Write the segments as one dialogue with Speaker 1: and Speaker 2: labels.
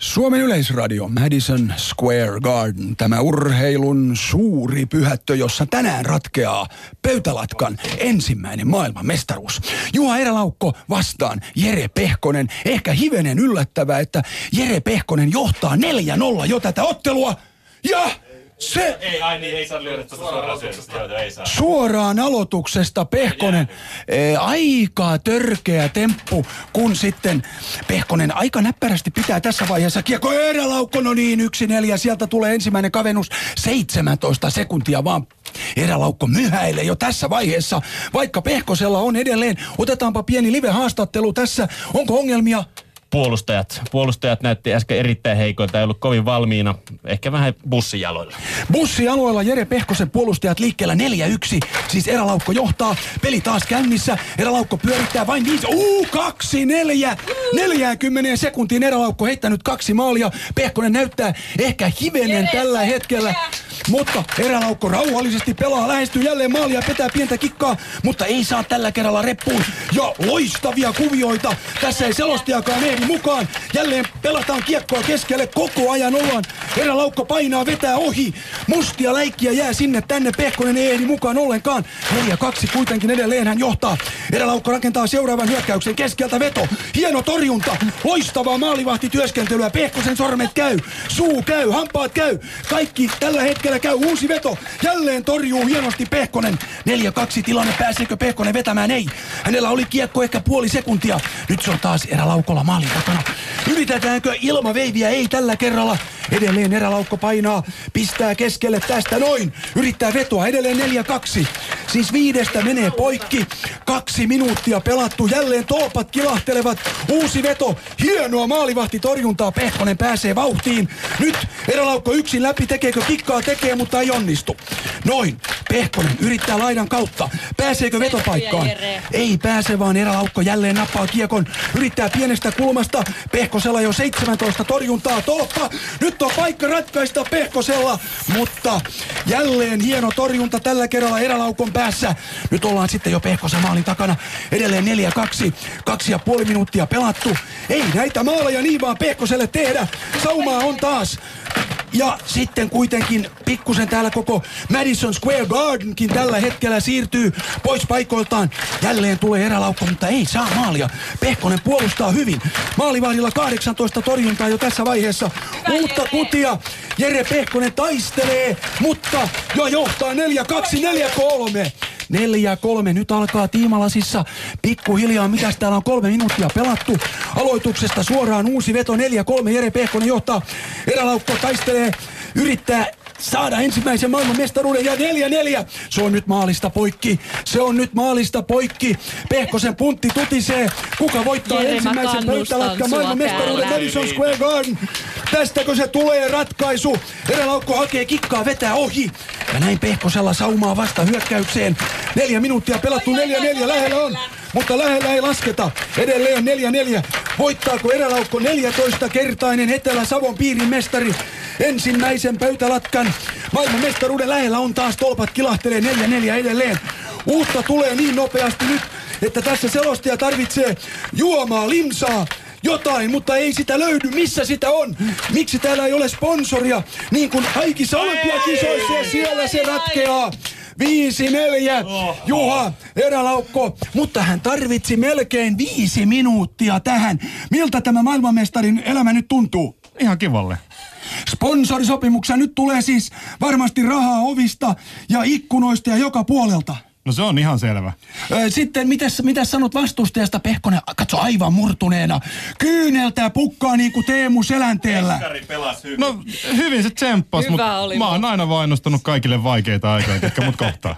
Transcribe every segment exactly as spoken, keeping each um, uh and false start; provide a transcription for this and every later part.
Speaker 1: Suomen Yleisradio, Madison Square Garden, tämä urheilun suuri pyhättö, jossa tänään ratkeaa pöytälatkan ensimmäinen maailmanmestaruus. Juha Erälaukko vastaan Jere Pehkonen. Ehkä hivenen yllättävää, että Jere Pehkonen johtaa neljä nolla jo tätä ottelua. Ja se...
Speaker 2: Ei, ai niin, ei saa lyödä tuosta suoraan syötöstä. Ei saa.
Speaker 1: Suoraan aloituksesta Pehkonen, e, aika törkeä temppu, kun sitten Pehkonen aika näppärästi pitää tässä vaiheessa kiekko. Erälaukko, no niin, yksi neljä, sieltä tulee ensimmäinen kavennus, seitsemäntoista sekuntia vaan. Erälaukko myhäilee jo tässä vaiheessa, vaikka Pehkosella on edelleen. Otetaanpa pieni live-haastattelu tässä, onko ongelmia?
Speaker 2: Puolustajat. Puolustajat näytti äsken erittäin heikoilta, ei ollut kovin valmiina. Ehkä vähän bussijaloilla.
Speaker 1: Bussijaloilla Jere Pehkosen puolustajat liikkeellä neljä yksi. Siis Erälaukko johtaa. Peli taas käynnissä. Erälaukko pyörittää vain viisi. Uu, kaksi neljä. neljääkymmeneen sekuntiin Erälaukko heittänyt kaksi maalia. Pehkonen näyttää ehkä hivenen Jere, tällä hetkellä. Mutta Erälaukko rauhallisesti pelaa, lähestyy jälleen maalia, petää pientä kikkaa, mutta ei saa tällä kerralla reppuun. Ja loistavia kuvioita. Tässä ei selostajakaan ehdi mukaan. Jälleen pelataan kiekkoa keskelle, koko ajan ollaan. Erälaukko painaa, vetää ohi. Mustia läikkiä jää sinne tänne. Pehkonen ei ehdi mukaan ollenkaan. neljä kaksi kuitenkin edelleen hän johtaa. Erälaukko rakentaa seuraavan hyökkäyksen, keskeltä veto. Hieno torjunta. Loistavaa maalivahtityöskentelyä. Pehkosen sormet käy. Suu käy, hampaat käy. Kaikki tällä hetkellä käy. Uusi veto. Jälleen torjuu hienosti Pehkonen. neljä kaksi tilanne. Pääseekö Pehkonen vetämään? Ei. Hänellä oli kiekko ehkä puoli sekuntia. Nyt se on taas Erälaukolla maalin takana. Yritetäänkö ilmaveiviä? Ei tällä kerralla. Edelleen Erälaukko painaa. Pistää keskelle tästä noin. Yrittää vetoa. Edelleen neljä kaksi. Siis viidestä menee poikki. Kaksi minuuttia pelattu. Jälleen tolpat kilahtelevat. Uusi veto. Hienoa maalivahtitorjuntaa. Pehkonen pääsee vauhtiin. Nyt Erälaukko yksin läpi. Tekeekö kikkaa? Tekee, mutta ei onnistu. Noin. Pehkonen yrittää laidan kautta. Pääseekö vetopaikkaan? Ei pääse, vaan Erälaukko jälleen nappaa kiekon. Yrittää pienestä kulmasta. Pehkosella jo seitsemäntoista torjuntaa. Tolppa. Nyt on paikka ratkaista Pehkosella. Mutta jälleen hieno torjunta tällä kerralla Erälaukon päässä. Nyt ollaan sitten jo Pehkosen maalin takana. Edelleen neljä kaksi. Kaksi ja puoli minuuttia pelattu. Ei näitä maaleja niin vaan Pehkoselle tehdä. Saumaa on taas. Ja sitten kuitenkin pikkusen täällä koko Madison Square Gardenkin tällä hetkellä siirtyy pois paikoiltaan. Jälleen tulee Erälaukko, mutta ei saa maalia. Pehkonen puolustaa hyvin. Maalivahdilla kahdeksantoista torjuntaa jo tässä vaiheessa. Hyvä, uutta Jere. Kutia. Jere Pehkonen taistelee, mutta jo johtaa neljä kaksi neljä kolme. neljä kolme. Nyt alkaa Tiimalasissa pikkuhiljaa. Mitäs täällä on kolme minuuttia pelattu. Aloituksesta suoraan uusi veto. neljä kolme. Jere Pehkonen johtaa. Erälaukko taistelee. Yrittää saada ensimmäisen maailmanmestaruuden ja neljä neljä. Se on nyt maalista poikki. Se on nyt maalista poikki. Pehkosen puntti tutisee. Kuka voittaa Jere, ensimmäisen pöytälatkan maailmanmestaruuden Madison Square Garden? Tästäkö se tulee ratkaisu? Erälaukko hakee kikkaa, vetää ohi. Ja näin Pehkosella saumaa vasta hyökkäykseen. Neljä minuuttia pelattu, neljä neljä lähellä on. Mutta lähellä ei lasketa. Edelleen neljä neljä. Voittaako Erälaukko neljätoista-kertainen Etelä-Savon piirin mestari? Ensimmäisen pöytälatkan maailmanmestaruuden lähellä on taas tolpat kilahtelee neljä neljä edelleen. Uutta tulee niin nopeasti nyt, että tässä selostaja tarvitsee juomaa, limsaa, jotain, mutta ei sitä löydy. Missä sitä on? Miksi täällä ei ole sponsoria? Niin kuin kaikissa olympiakisoissa ja siellä se ratkeaa. viisi neljä. Juha Erälaukko, mutta hän tarvitsi melkein viisi minuuttia tähän. Miltä tämä maailmanmestarin elämä nyt tuntuu?
Speaker 3: Ihan kivalle.
Speaker 1: Sponsorisopimuksia nyt tulee siis varmasti rahaa ovista ja ikkunoista ja joka puolelta.
Speaker 3: No se on ihan selvä.
Speaker 1: Sitten mitäs, mitäs sanot vastustajasta? Pehkonen, katso aivan murtuneena. Kyyneltää pukkaa niin kuin Teemu Selänteellä.
Speaker 2: Eskari pelasi hyvin.
Speaker 3: No hyvin se tsemppasi, mutta mä oon aina vainostanut kaikille vaikeita aikoja, ketkä mut kohtaa.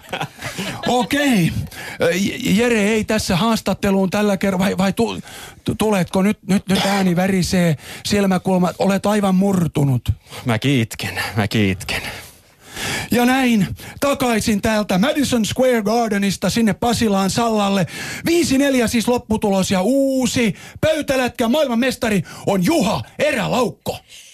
Speaker 1: Okei. Jere ei tässä haastatteluun tällä kerralla, vai, vai tu, tu, tuletko nyt, nyt, nyt ääni värisee, silmäkulma, olet aivan murtunut.
Speaker 2: Mä kiitken, mä kiitken.
Speaker 1: Ja näin takaisin täältä Madison Square Gardenista sinne Pasilaan Sallalle. viisi neljä siis lopputulos ja uusi pöytälätkä maailmanmestari on Juha Erälaukko.